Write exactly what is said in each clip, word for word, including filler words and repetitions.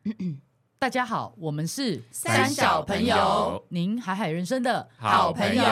大家好，我们是三小朋友， 您海海人生的好朋友。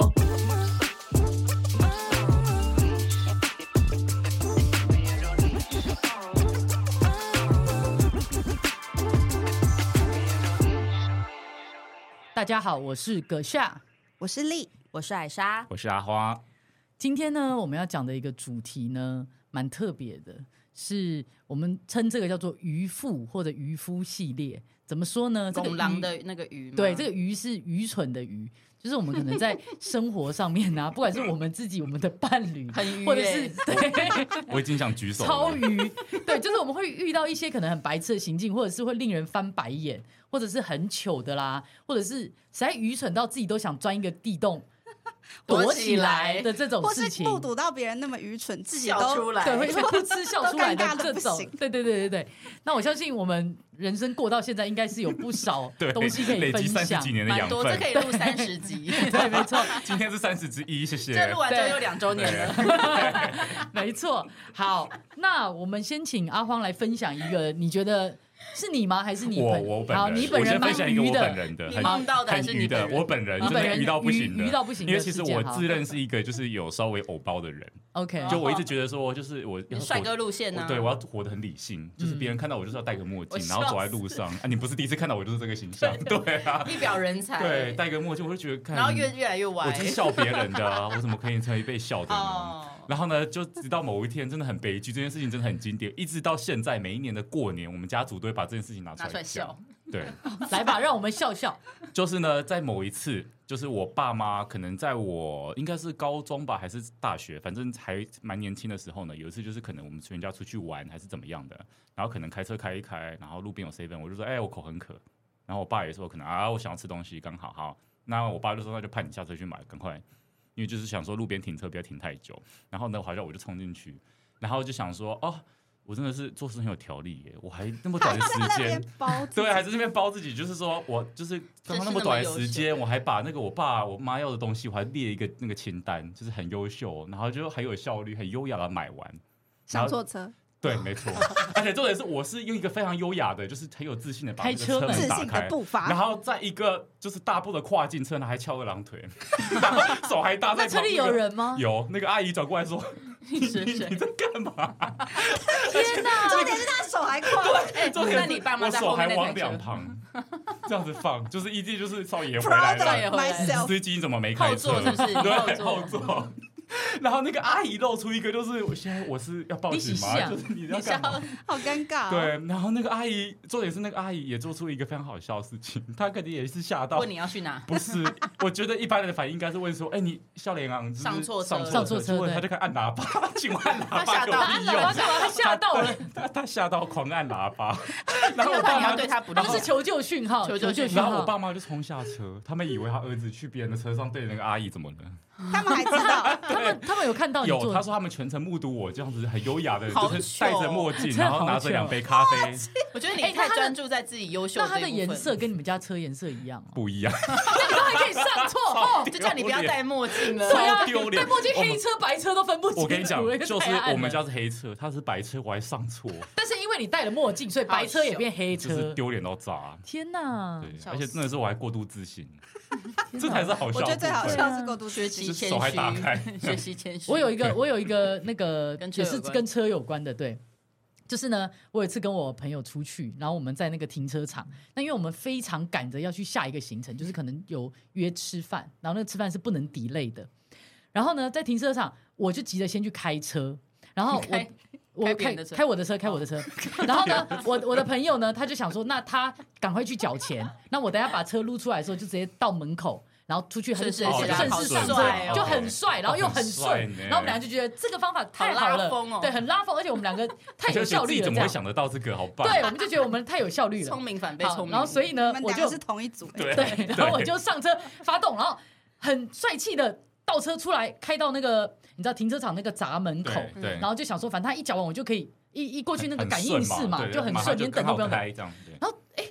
大家好，我是葛夏， 我是丽， 我是艾莎， 我是阿花。 今天呢，我们要讲的一个主题呢，蛮特别的，是我们称这个叫做渔夫或者渔夫系列。怎么说呢？ 拱狼的那个鱼吗？ 对，这个鱼是愚蠢的鱼，就是我们可能在生活上面啊，不管是我们自己、我们的伴侣， 很愚、欸， 或者是对， 我已经想举手了， 超愚，对，就是我们会遇到一些可能很白痴的行径，或者是会令人翻白眼，或者是很糗的啦，或者是实在愚蠢到自己都想钻一个地洞躲起来的这种事情， 或是目睹到别人那么愚蠢，自己都笑出来， 对，会会噗嗤笑出来的这种，对对对对对。那我相信我们人生过到现在，应该是有不少东西可以分享， 累积三十几年的养分， 蛮多，这可以录三十集。 对，没错。 今天是三十之一，谢谢。 这录完之后又两周年了， 没错。好，那我们先请阿荒来分享一个，你觉得？是你吗？还是你本？ 我我本人， 好，你本人吗？ 我先分享一个我本人的， 你梦到的还是你的？我本人真的愚到不行的， 愚到不行。 因为其实我自认是一个就是有稍微偶包的人。 OK， 就我一直觉得说，就是我帅哥路线呢， 对，我要活得很理性，就是别人看到我就是要戴个墨镜，然后走在路上啊，你不是第一次看到我就是这个形象，对啊， 一表人才， 对，戴个墨镜我就觉得看， 然后越越来越歪， 我就是笑别人的啊，我怎么可以成为被笑的呢？然后呢，就直到某一天真的很悲剧，这件事情真的很经典，一直到现在，每一年的过年，我们家族都会把这件事情拿出来讲。 笑， 对， 来吧，让我们笑笑。 就是呢，在某一次，就是我爸妈可能在我应该是高中吧，还是大学，反正还蛮年轻的时候呢，有一次就是可能我们全家出去玩还是怎么样的，然后可能开车开一开，然后路边有 seven， 我就说，哎、欸，我口很渴，然后我爸也说可能啊，我想要吃东西，刚好好，那我爸就说那就派你下车去买，赶快。因为就是想说路边停车不要停太久，然后呢，好像我就冲进去，然后就想说，哦，我真的是做事很有条理耶，我还那么短的时间，对，还在这边包自己，就是说我就是刚刚那么短的时间，我还把那个我爸我妈要的东西，我还列一个那个清单，就是很优秀，然后就很有效率、很优雅的买完， 上错车。 对，没错，而且重点是，我是用一个非常优雅的，就是很有自信的把那个车门打开，然后在一个就是大步的跨进车，然后还翘二郎腿，手还搭在、那個。 那车里有人吗？ 有，那个阿姨转过来说：“你你你在干嘛？” 天哪！ 重点是他手还跨， 哎，重点是你爸妈在后面我手还往两旁这样子放，就是一定就是少爷回来了，司机怎么没开车？ 后座是不是？ 对，后座。然后那个阿姨露出一个，就是我现在我是要报警吗？就是你要干嘛？ 好尴尬、哦。 对，然后那个阿姨，重点是那个阿姨也做出一个非常好笑的事情，她肯定也是吓到。 问你要去哪？ 不是，我觉得一般人的反应应该是问说：“哎、欸，你笑脸昂， 上错车， 上错车。”他就开始按喇叭，请问按喇叭有屁用？ 他吓到了， 他他吓到狂按喇叭。 然后我爸妈对他不， 那是求救讯号， 求救讯号。 然后我爸妈就冲下车，他们以为他儿子去别人的车上对那个阿姨怎么了？ 他们还知道， 他们他们有看到你有，他说他们全程目睹我这样子很优雅的，就是戴着墨镜，然后拿着两杯咖啡。 我觉得你太专注在自己优秀的。 那它的颜色跟你们家车颜色一样、哦？ 不一样。 那你都还可以上错哦， 就叫你不要戴墨镜了。 对啊， 丢脸！ 戴墨镜黑车白车都分不清。 我跟你讲，就是我们家是黑车，他是白车，我还上错。 但是因为你戴了墨镜，所以白车也变黑车， 就是丢脸到炸。 天哪！ 对，而且真的是我还过度自信，这才是好笑。 我觉得最好笑是过度学习谦虚， 手还打开， 学习谦虚。 我有一个，我有一个那个跟也是跟车有关的，对。就是呢，我有一次跟我朋友出去，然后我们在那个停车场。那因为我们非常赶着要去下一个行程，就是可能有约吃饭，然后那个吃饭是不能 delay 的。然后呢，在停车场，我就急着先去开车，然后我我开开我的车，开我的车。然后呢，我我的朋友呢，他就想说，那他赶快去缴钱，那我等一下把车撸出来的时候，就直接到门口。然后出去很顺势上车，就很帅，然后又很顺，然后我们俩就觉得这个方法太好了，对，很拉风，而且我们两个太有效率了。 怎么会想得到这个？好棒！ 对，我们就觉得我们太有效率了， 聪明反被聪明。 然后所以呢，我就是同一组， 对，然后我就上车发动，然后很帅气的倒车出来，开到那个你知道停车场那个闸门口，然后就想说，反正他一缴完，我就可以一一过去那个感应室嘛，就很顺，连等都不用等。然后哎。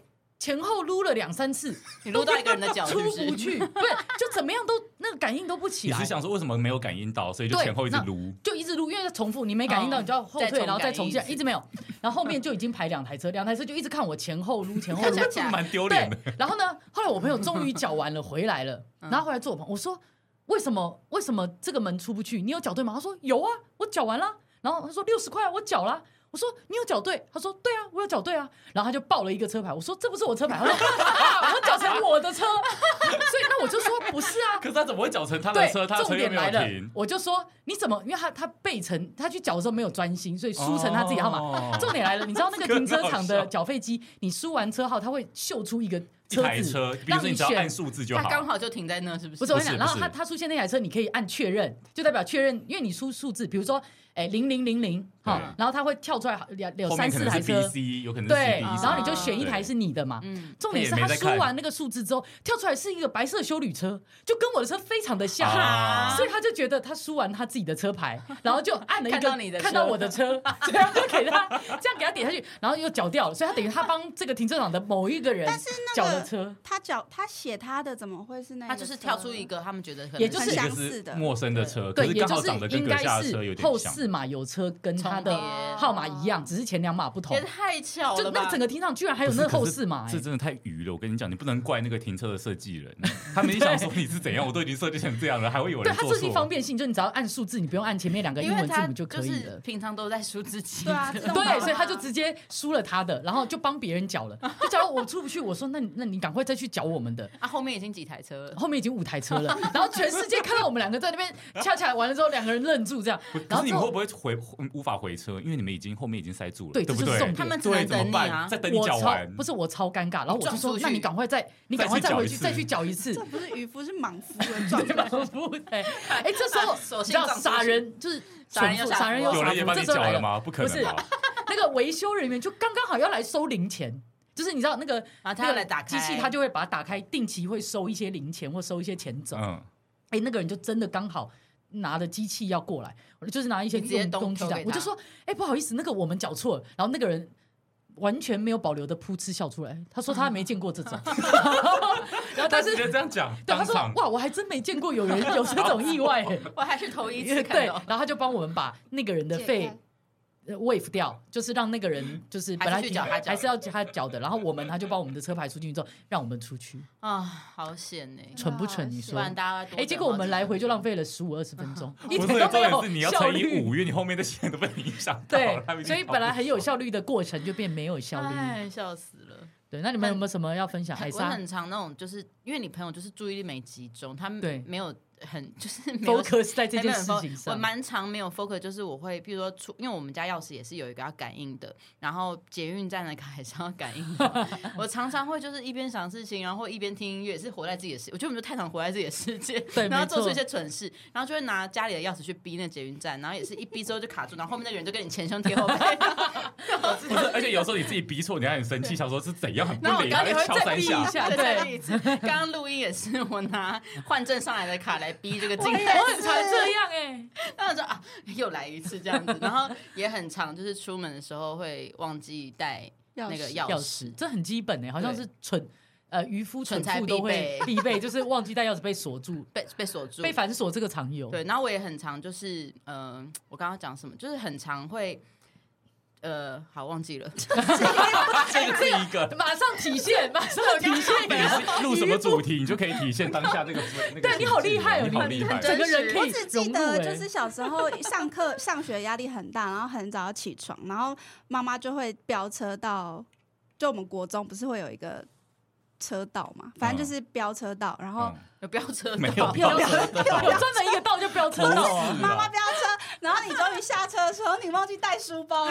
前后撸了两三次， 你撸到一个人的脚是出不是？ 不去，不是就怎么样都那个感应都不起来。 你是想说为什么没有感应到，所以就前后一直撸， 就一直撸，因为重复，你没感应到，你就要后退，然后再重新，一直没有，然后后面就已经排两台车，两台车就一直看我前后撸，前后撸， 这蛮丢脸的。 然后呢，后来我朋友终于缴完了回来了，然后回来坐我旁，我说为什么为什么这个门出不去？你有缴对吗？他说有啊，我缴完了。然后他说六十块，我缴了。我说你有缴对？他说对啊，我有缴对啊。然后他就报了一个车牌，我说这不是我车牌。他说啊，我缴成我的车。所以那我就说不是啊。 可是他怎么会缴成他的车？他的车又没有停。 我就说你怎么？因为他他背成他去缴的时候没有专心，所以输成他自己号码。哦、重点来了，你知道那个停车场的缴费机，你输完车号，他会秀出一个车子， 一台车，比如说你只要按数字就好。 他刚好就停在那，是不是？ 不是我跟你讲，然后他他出现那台车，你可以按确认，就代表确认，因为你输数字，比如说。哎，零零零零，好，然后它会跳出来有三四台车， 有可能是 B C， 有可能是 C D， 对，然后你就选一台是你的嘛。重点是他输完那个数字之后，跳出来是一个白色休旅车，就跟我的车非常的像，所以他就觉得他输完他自己的车牌，然后就按了一个看到我的车，这样就给他这样给他点下去，然后又缴掉了，所以他等于他帮这个停车场的某一个人缴了车。 他缴他写他的怎么会是那个？ 他就是跳出一个他们觉得也就是相似的陌生的车，可是刚好长得跟阁下的车有点像。 四码有车跟他的号码一样，只是前两码不同。 也太巧了吧！ 就那整个停车场居然还有那后四码， 这真的太愚了。我跟你讲，你不能怪那个停车的设计人，他们一想说你是怎样，我都已经设计成这样了，还会有人做错。 对，它设计方便性，就你只要按数字，你不用按前面两个英文字母就可以了。 平常都在输自己， 对啊， 对，所以他就直接输了他的，然后就帮别人缴了。就假如我出不去，我说那那你赶快再去缴我们的。 啊，后面已经几台车了？ 后面已经五台车了，然后全世界看到我们两个在那边恰恰完了之后，两个人愣住这样。 可是你们会不会回无法回车？因为你们已经后面已经塞住了， 对， 对不对？ 他们只能等你啊， 再等你缴完。 不是我超尴尬，然后我就说，那你赶快再，你赶快再回去，再去缴一次。 这不是渔夫，是莽夫的状态。 莽夫，哎，哎，这时候你知道傻人就是傻人有傻人有傻人也帮你缴了吗？不可能吧？ 那个维修人员就刚刚好要来收零钱。就是你知道那个啊，他要来打开机器，他就会把它打开，定期会收一些零钱或收一些钱走。嗯，哎，那个人就真的刚好拿着机器要过来，我就是拿一些用工具这样，我就说，哎，不好意思，那个我们缴错了。然后那个人完全没有保留的噗嗤笑出来，他说他没见过这种。然后但是直接这样讲， 对，他说哇，我还真没见过有人有这种意外， 我还是头一次看到。 对，然后他就帮我们把那个人的费。waive 掉，就是让那个人就是本来还是要他缴的，然后我们他就把我们的车牌出去之后，让我们出去啊，好险呢， 蠢不蠢？你说？ 不然大家哎，结果我们来回就浪费了十五二十分钟， 一点都没有。你要乘以五，因为你后面的线都被你影响到了。 对，所以本来很有效率的过程就变没有效率， 哎，笑死了。 对，那你们有没有什么要分享？ 我很常那种，就是因为你朋友就是注意力没集中，他们没有。很就是没有 focus 在这件事情上， 我蛮常没有 focus， 就是我会，比如说出，因为我们家钥匙也是有一个要感应的，然后捷运站的卡还是要感应的。我常常会就是一边想事情，然后一边听音乐，也是活在自己的世界。我觉得我们就太常活在自己的世界， 对， 然后做出一些蠢事，然后就会拿家里的钥匙去逼那捷运站，然后也是一逼之后就卡住，然后后面那个人就跟你前胸贴后背。 不是，而且有时候你自己逼错，你还很生气，想说是怎样很不理， 然还会敲三下。 对，刚刚录音也是我拿换证上来的卡来逼这个进来。 我很常这样哎、欸， 然后我说啊，又来一次这样子，然后也很常，就是出门的时候会忘记带那个钥匙， 匙这很基本哎、欸，好像是蠢呃渔夫蠢妇都会必备，就是忘记带钥匙被锁住， 被被锁住， 被反锁这个常有。 对，然后我也很常就是呃，我刚刚讲什么，就是很常会。呃，好，忘记了。 这个是一个， 马上体现，马上有体现。 你是录什么主题，你就可以体现当下这个。 对你好厉害哦， 你好厉害， 整个人可以。 我只记得就是小时候上课上学压力很大，然后很早要起床，然后妈妈就会飙车到，就我们国中不是会有一个车道嘛，反正就是飙车道，然后有飙车道， 没有飙车道， 有专门一个道就飙车道。 妈妈飙车，然后你终于下车的时候，你忘记带书包，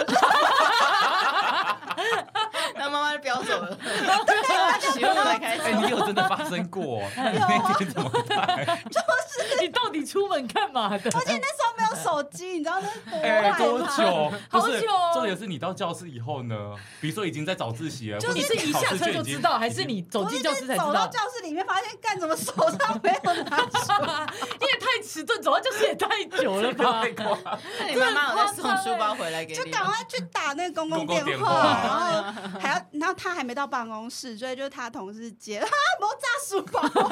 然后妈妈就飙走了。 对，然后才开始。 哎，你有真的发生过？那你那天怎么办？ 就是你到底出门干嘛的？ 而且那时候没有手机，你知道那多哎多久？ 好久。 重点是你到教室以后呢，比如说已经在早自习了， 你是一下车就知道，还是你走进教室才知道？ 走到教室里面发现干什么手上没有拿书， 你也太迟钝，走到教室也太久了吧？ 那你妈妈有在送书包回来给你？ 就赶快去打那个公共电话，然后还要然后他还没到办公室，所以就是他同事接，哈，没炸书包，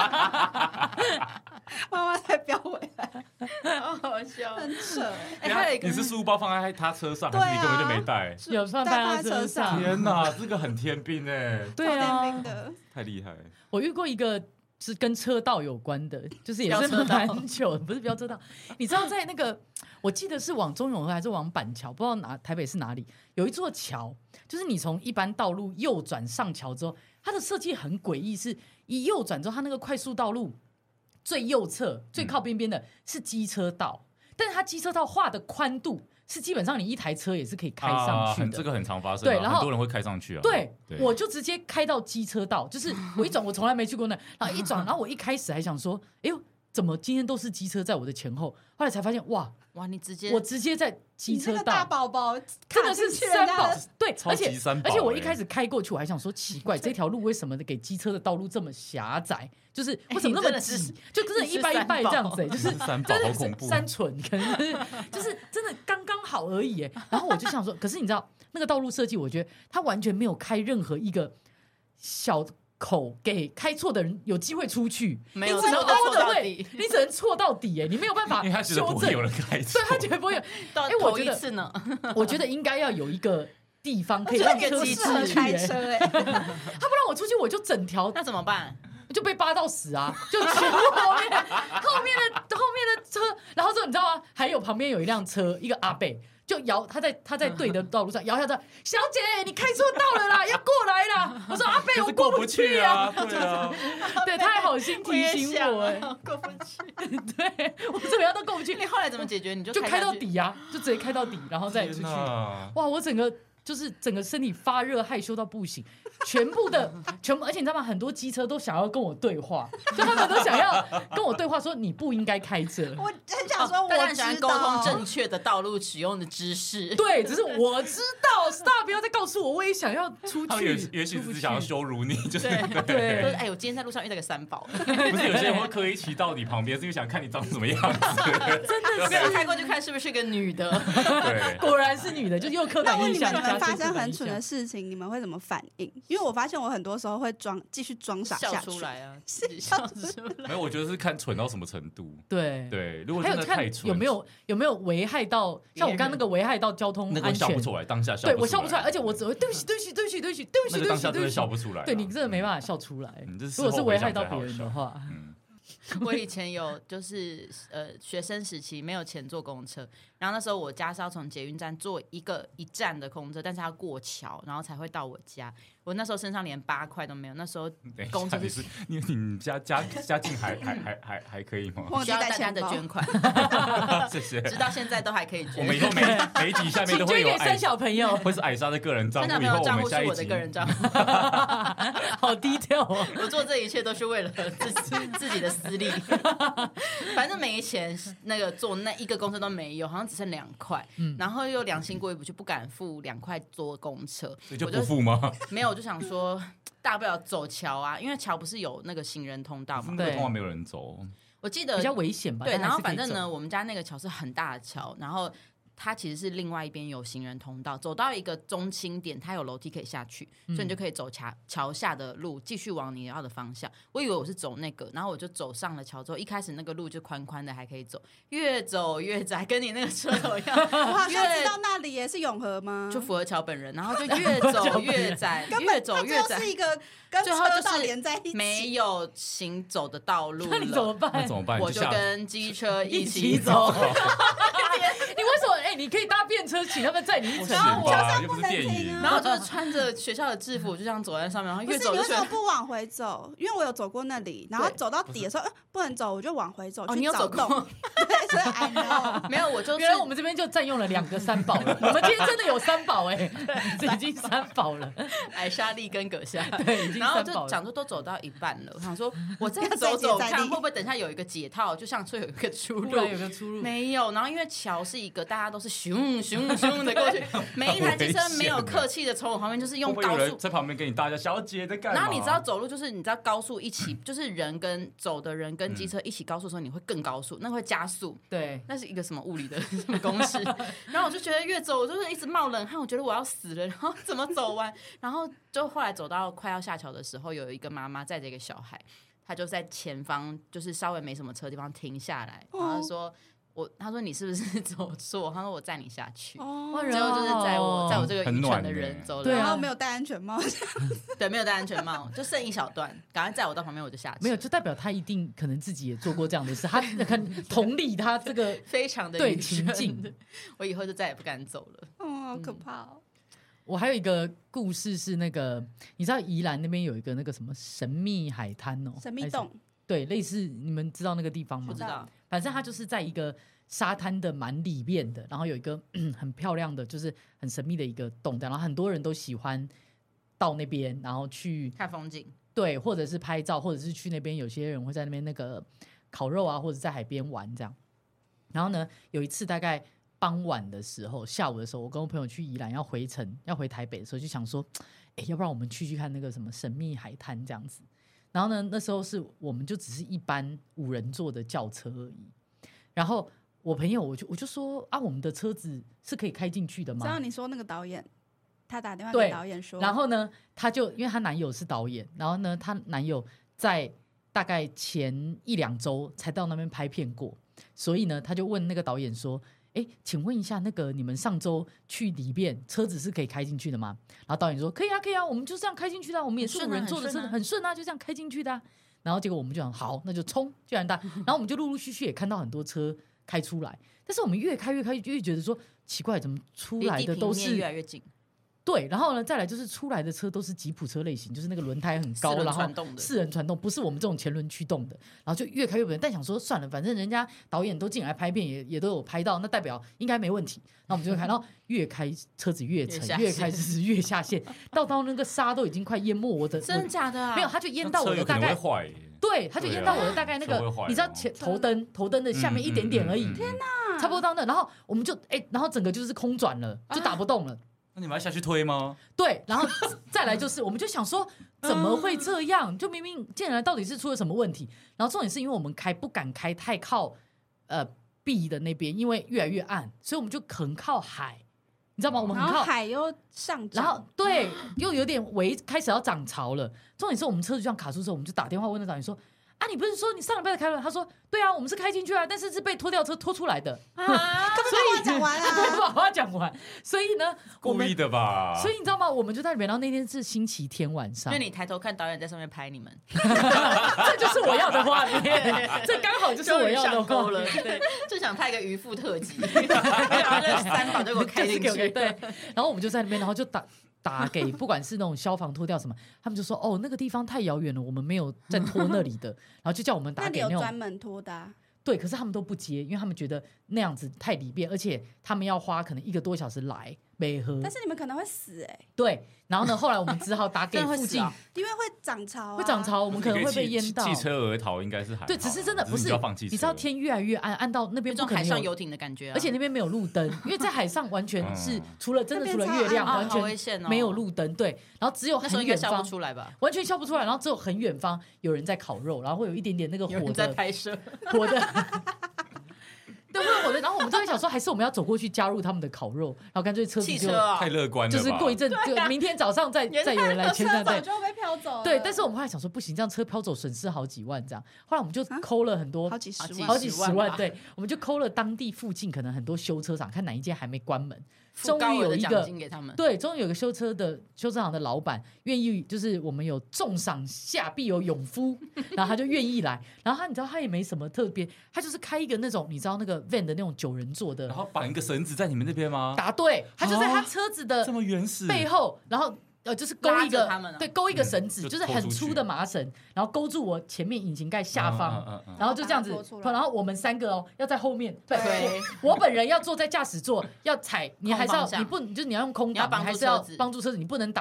妈妈才飙回来， 好好笑， 很扯。 哎、欸，还有一个你是书包放在他车上， 对啊还是你根本就没带？ 有放在带在车上上， 天哪，这个很天兵哎， 对超啊天兵的， 太厉害了。 我遇过一个是跟车道有关的，就是也是蛮久，不是飙车道。你知道在那个，我记得是往中永和还是往板桥，不知道哪台北是哪里，有一座桥，就是你从一般道路右转上桥之后，它的设计很诡异，是一右转之后，它那个快速道路最右侧最靠边边的是机车道，但是它机车道画的宽度是基本上你一台车也是可以开上去的， 啊、这个很常发生、啊， 对，然后很多人会开上去啊。 对， 对我就直接开到机车道，就是我一转，我从来没去过那，然后一转，然后我一开始还想说，哎呦，怎么今天都是机车在我的前后？后来才发现，哇哇，你直接我直接在机车你那个大道。 宝宝真的是三宝，对， 超而且级三宝而且我欸一开始开过去，我还想说奇怪，这条路为什么给机车的道路这么狭窄？就是为什么那么挤？就真的一拜一拜这样子、欸，就是是三宝， 真的好恐怖。 是三蠢，可能是就是真的刚刚好而已、欸。然后我就想说，可是你知道那个道路设计，我觉得它完全没有开任何一个小口给开错的人有机会出去， 没有你只能错到凹的位错到底， 你只能错到底、欸，哎，你没有办法因为他觉得修正不会有。人开错， 对他觉得不会有， 到哎我头觉得一次呢， 我觉得应该要有一个地方可以让车适这个机制合开出去、欸， 车哎、 他不让我出去，我就整条那怎么办？ 就被扒到死啊！就全部后面后面的后面的车，然后之后你知道吗？还有旁边有一辆车，一个阿伯就摇，他在他在对的道路上摇下车，小姐你开错道了啦，要过来啦！我说阿伯可我不是过不去啊， 啊，对啊， 对他还好心提醒我哎、 过不去。 对我怎么样都过不去， 你后来怎么解决？你就就开到下去。 底呀、就直接开到底，然后再出去天。哪哇，我整个就是整个身体发热，害羞到不行，全部的全部，而且你知道吗？很多机车都想要跟我对话，就他们都想要跟我对话，说你不应该开这。 我很想说， 大家我很喜欢沟知道通正确的道路使用的知识。 对，只是我知道，Star 不要再告诉我，我也想要出他们也去。 也许出不只是想要去羞辱你，就是对对就是哎，我今天在路上遇到个三宝， 不是有些人会刻意骑到你旁边，是因为想看你长什么样子。 没有开过去看是不是个女的。 对， 果然是女的，就又刻那板印象。 问你们，你们发加深刻生很蠢板印象的事情，你们会怎么反应？因为我发现我很多时候会装，继续装傻笑下去。 出来啊，自己笑出来。 没有，我觉得是看蠢到什么程度。 对对，如果还有看真的太蠢， 有没有有没有危害到，像我刚刚那个危害到交通那个安全笑不。出来，当下笑对不我笑不出来，而且我只会对不起对不起对不起对不起对不起那个对不起当下真的对不起笑不出来啊。 对你真的没办法笑出来嗯这是。 如果是事后回想危害到别才好笑人的话， 嗯， 我以前有就是呃学生时期没有钱坐公车，然后那时候我家是要从捷运站坐一个一站的公车，但是要过桥，然后才会到我家。我那时候身上连八块都没有，那时候等一公车是下你是你你家家家境还还还还还可以吗？ 忘记需要大家带钱包， 的捐款， 谢谢。 直到现在都还可以捐。 我们以后每每一集下面请都会有艾捐给三小朋友， 会是艾莎的个人账户， 真的没以后我有账户是们下一集我的个人账户， 好低调哦。 我做这一切都是为了自己自己的私利。反正没钱，那个坐那一个公车都没有，好像只剩两块， 嗯然后又良心过意不去，不敢付两块坐公车， 所以就我不付吗？ 没有，我就想说，大不了走桥啊，因为桥不是有那个行人通道嘛。 那个通常没有人走， 我记得比较危险吧？ 对， 但还然后是可以走反正呢，，我们家那个桥是很大的桥，然后它其实是另外一边有行人通道，走到一个中心点，它有楼梯可以下去， 嗯所以你就可以走桥桥下的路，继续往你要的方向。我以为我是走那个，然后我就走上了桥之后，一开始那个路就宽宽的，还可以走，越走越窄，跟你那个车头一样， 我好像知越道那里也是永和吗？ 就符合桥本人，然后就越走越窄， 根越本它走越窄就。是一个跟最后就是车道连在一起， 没有行走的道路那你怎么了， 办？ 那怎么办？ 我就就下跟机车一一起起走。 走。你为什么？哎、你可以搭便车，请他们载你一程。 是然后我吧？又不不是电影能停啊。 然后我就是穿着学校的制服，我就这样走在上面，然后不是越走越远。 你为什么不往回走？因为我有走过那里，然后对走到底的时候，呃不能走，我就往回走哦， 去你有找洞。 走过？ 对，所以 I know。 没有，我就是原来我们这边就占用了两个三宝了。我们今天真的有三宝哎、这已经三宝了。 矮莎莉跟葛夏。 对，已经然后就讲说都走到一半了，我想说我再走走看会不会等一下有一个解套，就像说有一个出路， 有个出路没有。然后因为桥是一个大家都是咻咻咻的过去，每一台机车没有客气的从我旁边，就是用高速在旁边跟你大家小姐在干嘛？ 然后你知道走路就是你知道高速一起，就是人跟走的人跟机车一起高速的时候，你会更高速，那会加速。 对， 那是一个什么物理的什么公式？然后我就觉得越走我就是一直冒冷汗，我觉得我要死了，然后怎么走完？然后就后来走到快要下桥的时候，有一个妈妈载着一个小孩，她就在前方，就是稍微没什么车的地方停下来，然后说。我他说你是不是走错？他说我载你下去，哦，最后就是载我载我这个愚蠢的人走了， 对，然后没有戴安全帽， 对，没有戴安全帽，就剩一小段，赶快载我到旁边我就下去。 没有，就代表他一定可能自己也做过这样的事，他很同理他这个非常的对情境， 我以后就再也不敢走了。 哦，好可怕哦！ 我还有一个故事是那个，你知道宜兰那边有一个那个什么神秘海滩哦， 神秘洞， 对，类似你们知道那个地方吗？ 不知道， 反正它就是在一个沙滩的蛮里面的，然后有一个很漂亮的，就是很神秘的一个洞的，然后很多人都喜欢到那边，然后去看风景， 对，或者是拍照，或者是去那边，有些人会在那边那个烤肉啊，或者在海边玩这样。然后呢，有一次大概傍晚的时候，下午的时候，我跟我朋友去宜兰要回程，要回台北的时候，就想说，哎，要不然我们去去看那个什么神秘海滩这样子。然后呢，那时候是我们就只是一般五人座的轿车而已。然后我朋友我就我就说啊，我们的车子是可以开进去的吗？ 知道你说那个导演，他打电话给导演说， 然后呢，他就因为她男友是导演，然后呢，她男友在大概前一两周才到那边拍片过，所以呢，他就问那个导演说。哎，请问一下，那个你们上周去里面车子是可以开进去的吗？然后导演说可以啊，可以啊，我们就这样开进去的，我们也是五人坐的车，很顺啊，就这样开进去的、啊。然后结果我们就想好，那就冲，就然大。然后我们就陆陆续续也看到很多车开出来，但是我们越开越开，就越觉得说奇怪，怎么出来的都是越来越近。 对，然后呢，再来就是出来的车都是吉普车类型，就是那个轮胎很高，然后四人传动，不是我们这种前轮驱动的，然后就越开越不能。但想说算了，反正人家导演都进来拍片，也也都有拍到，那代表应该没问题。那我们就开，然后越开车子越沉，越开就是越下线，到到那个沙都已经快淹没我的， 真的假的、啊？ 没有，他就淹到我的大概，对，他就淹到我的大概那个，啊、你知道前头灯头灯的下面一点点而已， 天哪， 差不多到那，然后我们就哎，然后整个就是空转了，就打不动了。啊那你们要下去推吗？ 对，然后再来就是，我们就想说怎么会这样？就明明进来到底是出了什么问题？然后重点是因为我们开不敢开太靠呃壁的那边，因为越来越暗，所以我们就很靠海，你知道吗？我们很靠然后海又上涨， 然后对，又有点微开始要涨潮了。重点是我们车子这样卡住之后，我们就打电话问那导演说。啊，你不是说你上礼拜才开了？他说对啊，我们是开进去啊，但是是被拖吊车拖出来的啊。根本把话讲完啊， 对，把话讲完。所以呢， 故意的吧？ 所以你知道吗？我们就在里面，然后那天是星期天晚上， 因为你抬头看导演在上面拍你们， 这就是我要的画面，这刚好就是我要的画面。对，就想拍一个渔夫特辑，然后就三把就给我开进去。 对，然后我们就在那边，然后就打。打给不管是那种消防拖吊什么，他们就说哦那个地方太遥远了，我们没有在拖那里的，然后就叫我们打给那种。 那里有专门拖的、啊。 对，可是他们都不接，因为他们觉得那样子太里便，而且他们要花可能一个多小时来没喝。 但是你们可能会死哎、欸。 对，然后呢，后来我们只好打给附近， 因为会涨潮、啊， 会涨潮，我们可能会被淹到。 汽车而逃应该是还好。 对，只是真的不是，你知道天越来越暗，暗到那边不可能有海上游艇的感觉、啊， 而且那边没有路灯，因为在海上完全是除了真的除了月亮，完全没有路灯。对，然后只有很远方出来吧， 完全笑不出来，然后只有很远方有人在烤肉，然后会有一点点那个火的在拍摄， 火的。对，我的，然后我们就在想说，还是我们要走过去加入他们的烤肉，然后干脆车子就太乐观了， 就是过一阵，就明天早上再再有人来牵上， 对，就被飘走。 对，但是我们后来想说，不行，这样车飘走，损失好几万这样。后来我们就抠了很多， 好几十万， 好几十万，对，我们就抠了当地附近可能很多修车厂，看哪一间还没关门。终于有一个对，终于有个修车的修车行的老板愿意，就是我们有重赏下必有勇夫，然后他就愿意来。然后他你知道他也没什么特别，他就是开一个那种你知道那个 van 的那种九人座的， 然后绑一个绳子在你们那边吗？ 答对，他就在他车子的这么原始背后，然后。呃，就是勾一个， 啊、 对，勾一个绳子、嗯，就, 就是很粗的麻绳，然后勾住我前面引擎盖下方，嗯嗯嗯、然后就这样子，然后我们三个哦，要在后面，对，对我本人要坐在驾驶座，要踩，你还是要，你不，就是你要用空挡，你还是要帮助车子，你不能打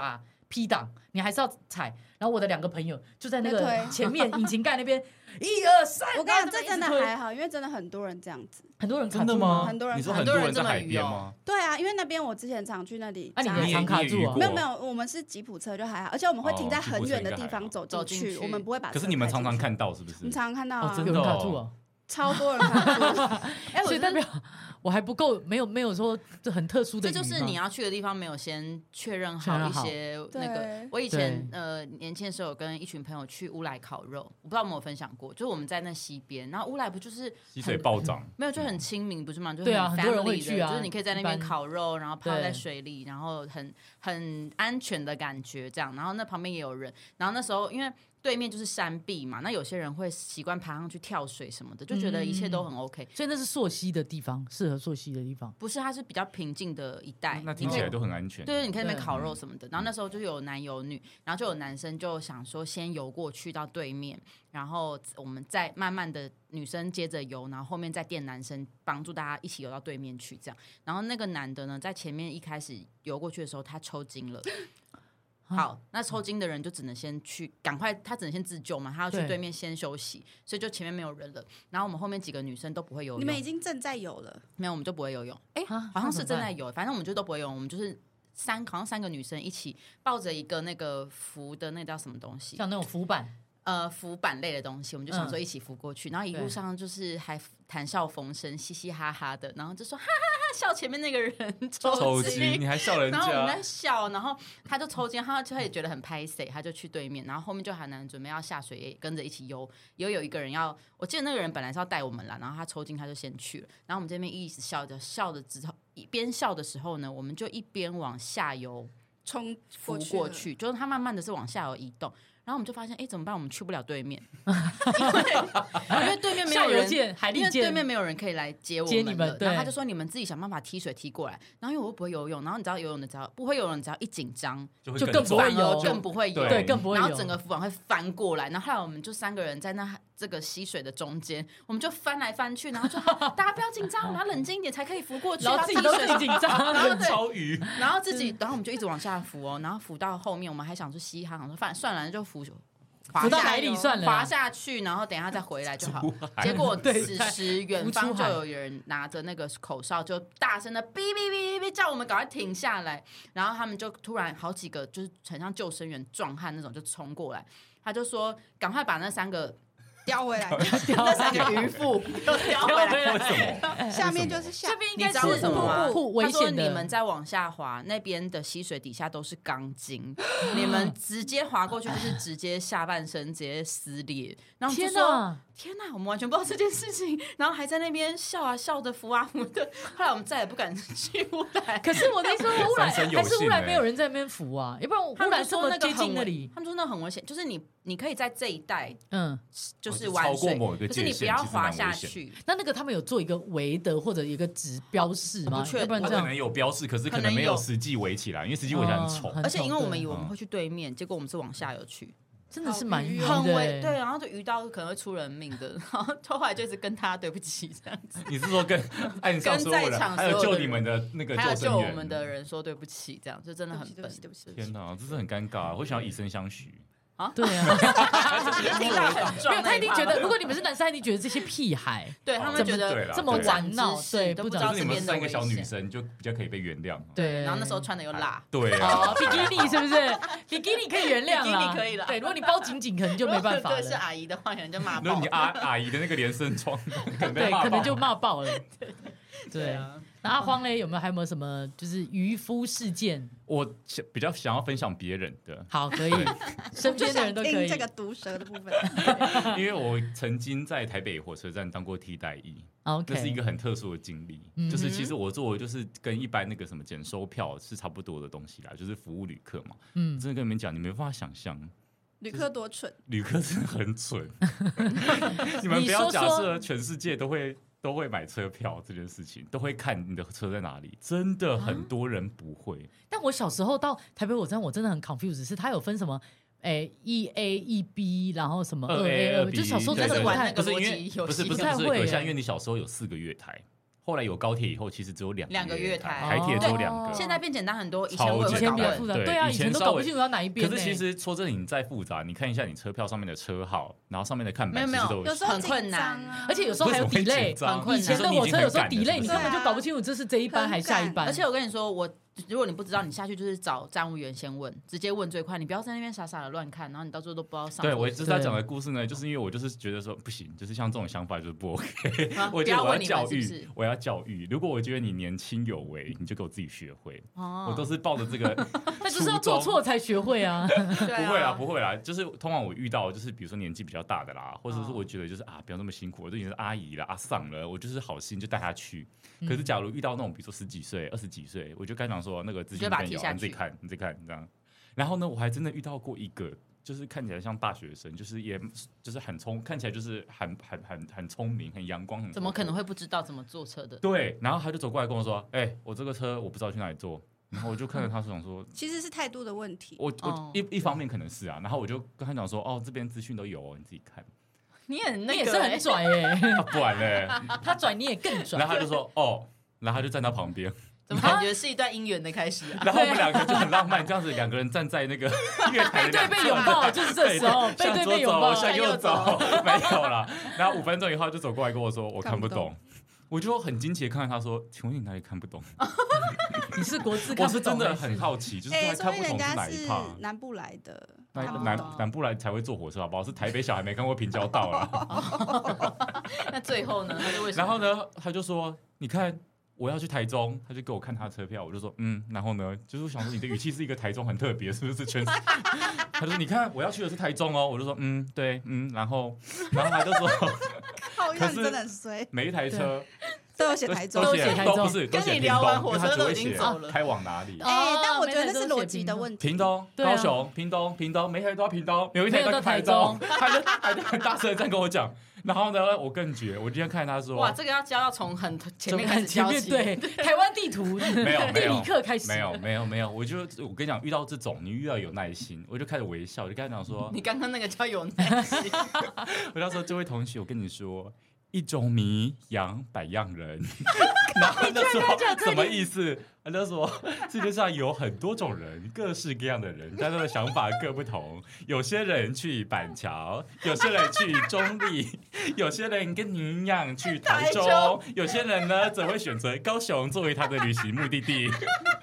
P 档，你还是要踩。然后我的两个朋友就在那个在推前面引擎盖那边，一二三。 我跟你讲，这真的然后还好，因为真的很多人这样子。 很多人卡住真的吗？ 很多人你说很多人很人在海这么愚哦边吗？ 对啊，因为那边我之前常去那里啊，你扎们常卡住啊？ 没有没有，我们是吉普车就还好，而且我们会停在哦吉普车很远的地应该还好方走进去， 走进去我们不会把车可是你们开进去， 常常看到是不是我们？常常看到哦， 啊， 真的有的哦人卡住啊！ 超多人卡住。 哎，我觉得所以代表我还不够，没有没有说这很特殊的这鱼吗。 就是你要去的地方没有先确认好一确认好些那个对。 我以前呃年轻的时候有跟一群朋友去乌来烤肉，我不知道有没有分享过，就是我们在那溪边，然后乌来不就是溪水暴涨， 没有就很亲民不是吗？就是对啊很多人 family 的会去啊就是你可以在那边一般烤肉，然后泡在对水里，然后很很安全的感觉这样，然后那旁边也有人，然后那时候因为对面就是山壁嘛，那有些人会习惯爬上去跳水什么的，就觉得一切都很 OK。 所以那是溯溪的地方，适合溯溪的地方。 不是，它是比较平静的一带， 那听起来都很安全。 对，你可以在那边对烤肉什么的。然后那时候就有男有女，然后就有男生就想说先游过去到对面，然后我们再慢慢的女生接着游，然后后面再电男生帮助大家一起游到对面去，这样。然后那个男的呢，在前面一开始游过去的时候，他抽筋了。好，那抽筋的人就只能先去赶快，他只能先自救嘛，他要去对对面先休息，所以就前面没有人了。然后我们后面几个女生都不会游泳， 你们已经正在有了， 没有，我们就不会游泳。哎、 啊好像是那怎么办正在游，反正我们就都不会游泳，我们就是三好像三个女生一起抱着一个那个浮的那叫什么东西， 像那种浮板， 呃浮板类的东西，我们就想说嗯一起浮过去，然后一路对上就是还谈笑风生，嘻嘻哈哈的，然后就说哈哈哈笑前面那个人抽手筋机，你还笑人然后我们在家？ 笑，然后他就抽筋，他就他也觉得很拍谁，他就去对面，然后后面就还有男人准备要下水，也跟着一起游，又有一个人要，我记得那个人本来是要带我们啦，然后他抽筋他就先去了，然后我们这边一直笑着笑着之后，一边笑的时候呢，我们就一边往下游冲浮过去了， 过去，就是他慢慢的是往下游移动。然后我们就发现，哎，怎么办？我们去不了对面，因为因为对面没下游有人， 见海里因为对见， 面没有人可以来接我接们了。 你们对然后他就说你们自己想办法踢水踢过来。然后因为我又不会游泳，然后你知道游泳的只要不会游泳，只要一紧张， 就会就更不会重游反而更不会游， 对对，更不会然后有整个浮板会翻过来，然后后来我们就三个人在那这个溪水的中间，我们就翻来翻去，然后说好大家不要紧张，我们要冷静一点才可以浮过去。 然后自己都水自己紧张， 然后对超鱼， 然后自己，然后我们就一直往下浮哦，然后浮到后面，我们还想说嘻哈，想说算算了，就浮滑下浮到海里算了滑啦。 下去，然后等一下再回来就好出。海结果对此时远浮出海方就有人拿着那个口哨，就大声的哔哔哔哔哔叫我们赶快停下来。然后他们就突然好几个就是很像救生员壮汉那种就冲过来，他就说赶快把那三个叼回来， 那三个渔夫都叼回来。 为什么？ 下面就是下这边应该你知道为是什么吗？ 瀑布危他说险的。 你们再往下滑，那边的溪水底下都是钢筋，你们直接滑过去就是直接下半身直接撕裂。然后我们天就说哪！ 天哪，我们完全不知道这件事情，然后还在那边笑啊笑着扶啊扶的。后来我们再也不敢去乌来。 可是我的意思说，乌来三生有还是乌来幸欸没有人在那边扶啊，要不然他乌来这们就说那个么接近很危那里， 他们说那很危险，就是你你可以在这一带嗯， 就是哦玩水， 超过某一个可是你界限其实不要滑蛮危险下去。 那那个他们有做一个围的或者一个指标示吗不？确要不然这样他可能有标示，可是可能没有实际围起来，因为实际围起来很丑哦。很而且因为我们丑以为我们会去对面，结果我们是往下游去。 真的是蛮晕很危的欸， 对，然后就遇到可能会出人命的，然后后来就一直跟他对不起这样子， 你是说跟岸上所有人， 跟在场还有所有的救你们的那个还有救生员救我们的人说对不起，这样就真的很笨对不起，对不起，对不起。 天哪，这是很尴尬，我想要以身相许。 对啊， 听到很没有， 壮那一趴他一定觉得，如果你们是男生，他一定觉得这些屁孩对他哦们觉得对啦这么对玩闹，对，不知道都不知道就是你们这边的三个小女危险生就比较可以被原谅。 对， 然后那时候穿的又辣， 对啊， 哦，比基尼是不是？比基尼可以原谅比基啦， 尼可以啦对，如果你包紧紧，可能就没办法对，是了， 阿姨的话，可能就骂爆如果你。阿阿姨的那个连身装，可能被对， 骂爆可能就骂爆了，对。 啊， 那阿荒嘞，有没有还有没有什么就是渔夫事件？ 我想比较想要分享别人的， 好，可以，身边的就想人都可以听这。个毒舌的部分， 因为我曾经在台北火车站当过替代役， OK， 那是一个很特殊的经历。 嗯就是其实我做的就是跟一般那个什么检收票是差不多的东西啦，就是服务旅客嘛。 嗯， 真的跟你们讲，你没办法想象， 旅客多蠢， 旅客真的很蠢。你们不要假设全世界都会都会买车票这件事情，都会看你的车在哪里，真的很多人不会。 但我小时候到台北火车站，我真的很 confused，是它有分什么？诶，一 A 一 B，然后什么二 A 二 B，就小时候真的不太对对对那个不是因为逻辑游戏不是不是不太会耶不是可像因为你小时候有四个月台，后后来有高铁以后，其实只有两两个月台台铁只有两哦个。 现在变简单很多，以前超级我也会搞以前比较复杂， 混。 对啊，以前都搞不清楚要哪一边呢。 可是其实说真的，你再复杂，你看一下你车票上面的车号，然后上面的看板， 没有没有其实都有时候很困紧张难啊， 而且有时候还有为什么会 delay， 紧张很困难以前的火车有时候 delay，你根本就搞不清清楚这是这一班还是下一班。 而且我跟你说，我如果你不知道，你下去就是找站务员先问，直接问最快。你不要在那边傻傻的乱看，然后你到最后都不知道上。 对，我就是在讲的故事呢，就是因为我就是觉得说不行，就是像这种想法就是不 OK。 啊我觉得我要不要问你们教育， 是不是我要教育。如果我觉得你年轻有为，你就给我自己学会。 哦我都是抱着这个那就是要做错才学会啊。 对啊不会啦，不会啦，就是通常我遇到就是比如说年纪比较大的啦，或者是哦我觉得就是啊不要那么辛苦，我都已经是阿姨了、阿桑了，我就是好心就带她去。 嗯可是假如遇到那种比如说十几岁、二十几岁，我就跟他讲说那个资讯你就把它没有， 踢下去你自己看，你自己看这样。然后呢，我还真的遇到过一个，就是看起来像大学生，就是也就是很聪，看起来就是很很很很聪明、很阳光、很怎么可能会不知道怎么坐车的？ 对？然后他就走过来跟我说：“哎、我这个车我不知道去哪里坐。”然后我就看着他想说。 其实是态度的问题。 我我哦一一方面可能是啊，然后我就跟他讲说，哦，这边资讯都有哦，你自己看。 你很那个、 你也是很拽哎， 啊、不然嘞， 他拽你也更拽然。后他就说，哦，然后他就站到旁边， 怎么感觉是一段姻缘的开始啊？ 然后我们两个就很浪漫，这样子两个人站在那个月台的背对两侧背拥抱，就是这时候背向左对背拥抱走，。向右走，没有啦。然后五分钟以后就走过来跟我说，我看不看不懂。我就很惊奇的看着他说，请问你哪里看不懂？ 你是国字我看不是真的懂还是很好奇，就是哎， 他说看不懂明人家是哪一趴。 南部来的， 南看不懂。 南南部来才会坐火车，好不好？是台北小孩没看过平交道啊。 那最后呢？他就为什么？ 然后呢，他就说：“你看，我要去台中。”他就给我看他的车票，我就说：“嗯。”然后呢，就是我想说你的语气是一个台中很特别，是不是？全他就说：“你看，我要去的是台中哦。”我就说：“嗯，对，嗯。”然后，然后他就说靠， 可是你真的很衰， 每一台车都有写台中。 都写台中都不是都跟你写屏东， 聊完火因为他只会车都已经写走了开往哪里。 哎，但我觉得那是每台都写逻辑的问题。 屏东、 对啊高雄、屏东、屏东，每一台都要屏东，有一台没有到到台台中中，他就他就很大声的这样跟我讲。然后呢，我更绝，我今天看他说， 哇，这个要教到从很前面开始前教起。 面对台湾地图没有没地有理课开始没有没有没有，我就我跟你讲，遇到这种你遇到有耐心，我就开始微笑，就跟他讲说， 你刚刚那个叫有耐心， 我就说这位同学，我跟你说，一种米养百样人，然后他就说什么意思？他就说世界上有很多种人，各式各样的人，但他的想法各不同。有些人去板桥，有些人去中立，有些人跟你一样去台台中中， 有些人呢则会选择高雄作为他的旅行目的地。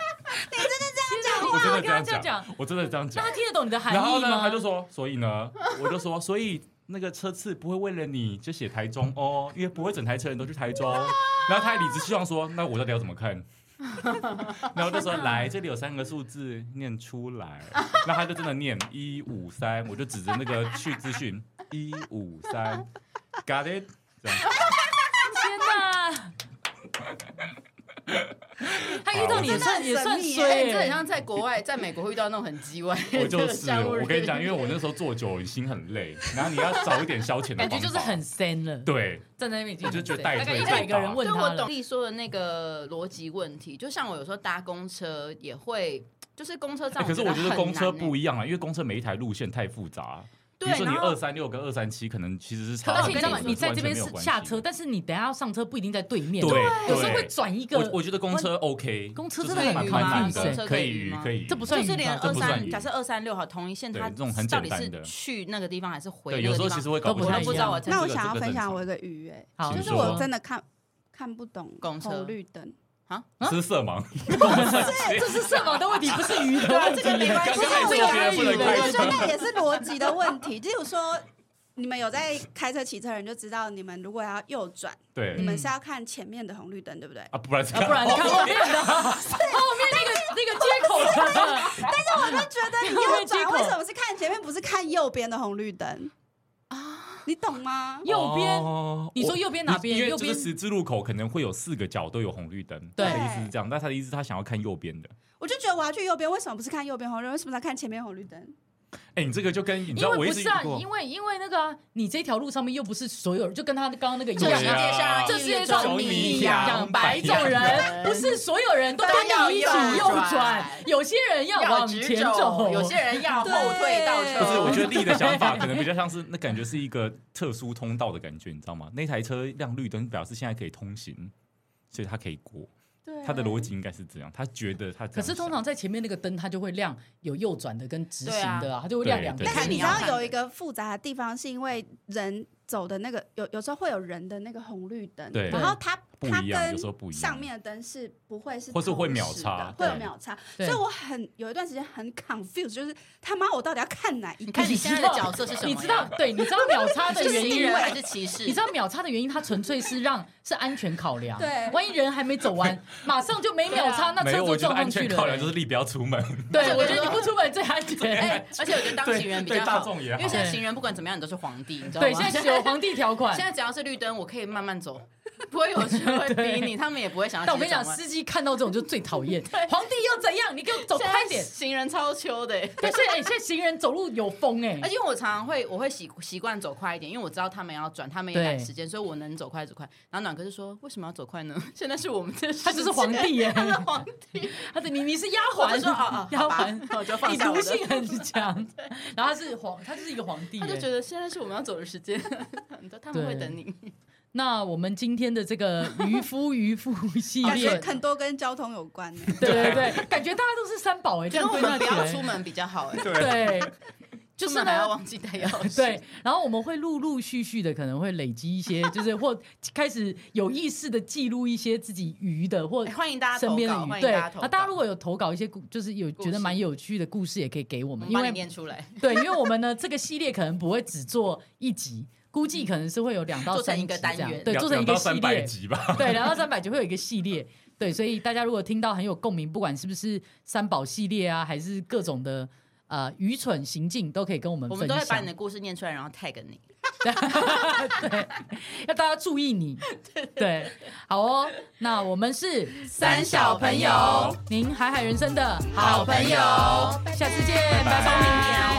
我真的这样这样讲，我真的这样讲那。他听得懂你的含然后呢， 义吗？ 他就说，所以呢，我就说，所以那个车次不会为了你就写台中哦，因为不会整台车人都去台中。然后他还理直气壮说，那我到底要怎么看？然后我就说，来，这里有三个数字，念出来。然后他就真的念一五三，我就指着那个去资讯一五三 ，got it？这样天哪！他遇到你也算也算衰哎， 欸， 这很像在国外，在美国会遇到那种很叽歪的我就是， 商务人我跟你讲，因为我那时候坐久了，心很累，然后你要找一点消遣的感方法， 觉就是很 sen 了。 对。 站在那边已经我就觉得带大概退一百个人问他了对，我懂。丽说的那个逻辑问题，就像我有时候搭公车也会，就是公车站、 欸可是我觉得公车不一一样啊，因为公车每一台路线太复杂。比如说你对然后二三六跟二三七可能其实是差而很多的， 且你知道吗？你在这边是完全没有关系下车，但是你等一下要上车不一定在对面， 对有时候对会转一个我。我觉得公车 OK， 公车就是蛮真的很蛮难 confuse 的， 欸可以逾可以逾， 这不算就是连这二三， 不算赢假设二三六好同一线，它对这种很到底是简单的去那个地方还是回对， 那个地方？ 有时候其实会搞都不太我都不知道我这个那我想要这个正常分享我一个鱼，哎， 好， 就是请说我真的看看不懂公车红绿灯。 是色盲， 这是色盲的问题，不是鱼的问题。 这个没关系刚刚还说别人不能我开车， 觉得那也是逻辑的问题。例如说，你们有在开车、骑车的人就知道，你们如果要右转，你对们是要看前面的红绿灯，对不对？ 啊，不然啊不然你看后面的，后面那个那个接口的， 我就觉得你右后面接口转为什么是看前面，不是看右边的红绿灯啊？你懂吗？ 右边。 哦你说右边哪边因为右边这个十字路口可能会有四个角都有红绿灯， 对他的意思是这样，但他的意思是他想要看右边的。 我就觉得我要去右边，为什么不是看右边红绿灯？为什么要看前面红绿灯？ 哎，你这个就跟你知因道我一直为不是啊， 遇过因为因为那个啊，你这条路上面又不是所有人，就跟他刚刚那个一这世样啊。 界上这世界上有你你养百种人，不是所有人都都要跟你一起右右转转，有些人要要往前直走， 走， 有些人要后退倒车。 不是，我觉得力的想法可能比较像是那感觉是一个特殊通道的感觉，你知道吗？那台车亮绿灯表示现在可以通行， 所以他可以过。 对， 他的逻辑应该是这样，他觉得他这样想。 可是通常在前面那个灯，它就会亮有右转的跟直行的啊， 啊它就会亮两个。 但是你知道看你要看有一个复杂的地方，是因为人走的那个有有时候会有人的那个红绿灯， 对然后它它不一样有跟时候不一样上面的灯是不会是或是会同时秒差的会有对秒差， 对所以我很有一段时间很 confused，就是他妈我到底要看哪一个？ 你看你现在的角色是什么呀？ 你知道，对，你知道秒差的是原因敌人还是骑士？ 你知道秒差的原因，它纯粹是让是安全考量。 对万一人还没走完，马上就没秒差，那没有， 车就我觉得安撞上去了。 全考量就是力不要出门。 对，我觉得你不出门最安全。 哎，而且我觉得当行人比对较好， 大众也好因为现在行人不管怎么样你都是皇帝，你知道吗？ 对，现在有皇帝条款现。在只要是绿灯，我可以慢慢走，不会有人会逼你，他们也不会想要。 但我跟你讲，司机看到这种就最讨厌。皇帝又怎样？你给我走快点！ 行人超秋的、欸。 对，所以哎，现在行人走路有风哎、 而且我常常会，我会习习惯走快一点，因为我知道他们要转，他们也赶时间，所以我能走快走快。然后暖哥就说：“为什么要走快呢？现在是我们的时间， 他就是皇帝耶、 他是皇帝。 他的你你是丫鬟， 我就说啊啊丫好吧鬟， 我就放你下我的毒性很强。然后他是皇，他就是一个皇帝、 他就耶觉得现在是我们要走的时间，他们会等你。 那我们今天的这个渔夫渔夫系感觉列， 很多跟交通有关呢。 对对对，感觉大家都是三宝哎、这样我归纳起来们不要出，门比较好、欸， 对，就是出门还要呢。 忘记带钥匙。 对，然后我们会陆陆续续的可能会累积一些，就是或开始有意识的记录一些自己鱼的或欸欢迎大家投稿， 身边的鱼。对， 欢迎大家投啊，大家稿如果有投稿一些故，就是有觉得蛮有趣的故事，也可以给我们， 我们帮你因为念出来， 对，因为我们呢这个系列可能不会只做一集，估计可能是会有两到三集做成一个单元这样对， 两做成一个系两到三百列， 集吧。 对，两到三百就会有一个系列。对，所以大家如果听到很有共鸣，不管是不是三宝系列啊，还是各种的呃愚蠢行径，都可以跟我们我分享。 们都会把你的故事念出来，然后 tag 你。 对，要大家注意你。对，好哦，那我们是三小朋友， 您海海人生的好朋友下次见，拜聪明拜。 点